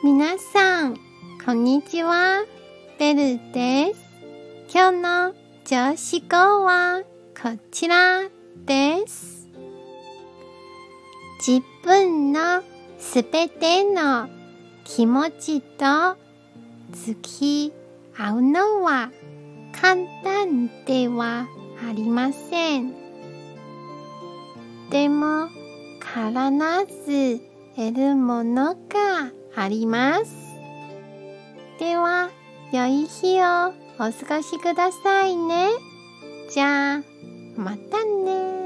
皆さん、こんにちは。ベルです。今日の上司語はこちらです。自分のすべての気持ちと付き合うのは簡単ではありません。でも必ず得るものがあります。では、良い日をお過ごしくださいね。じゃあ、またね。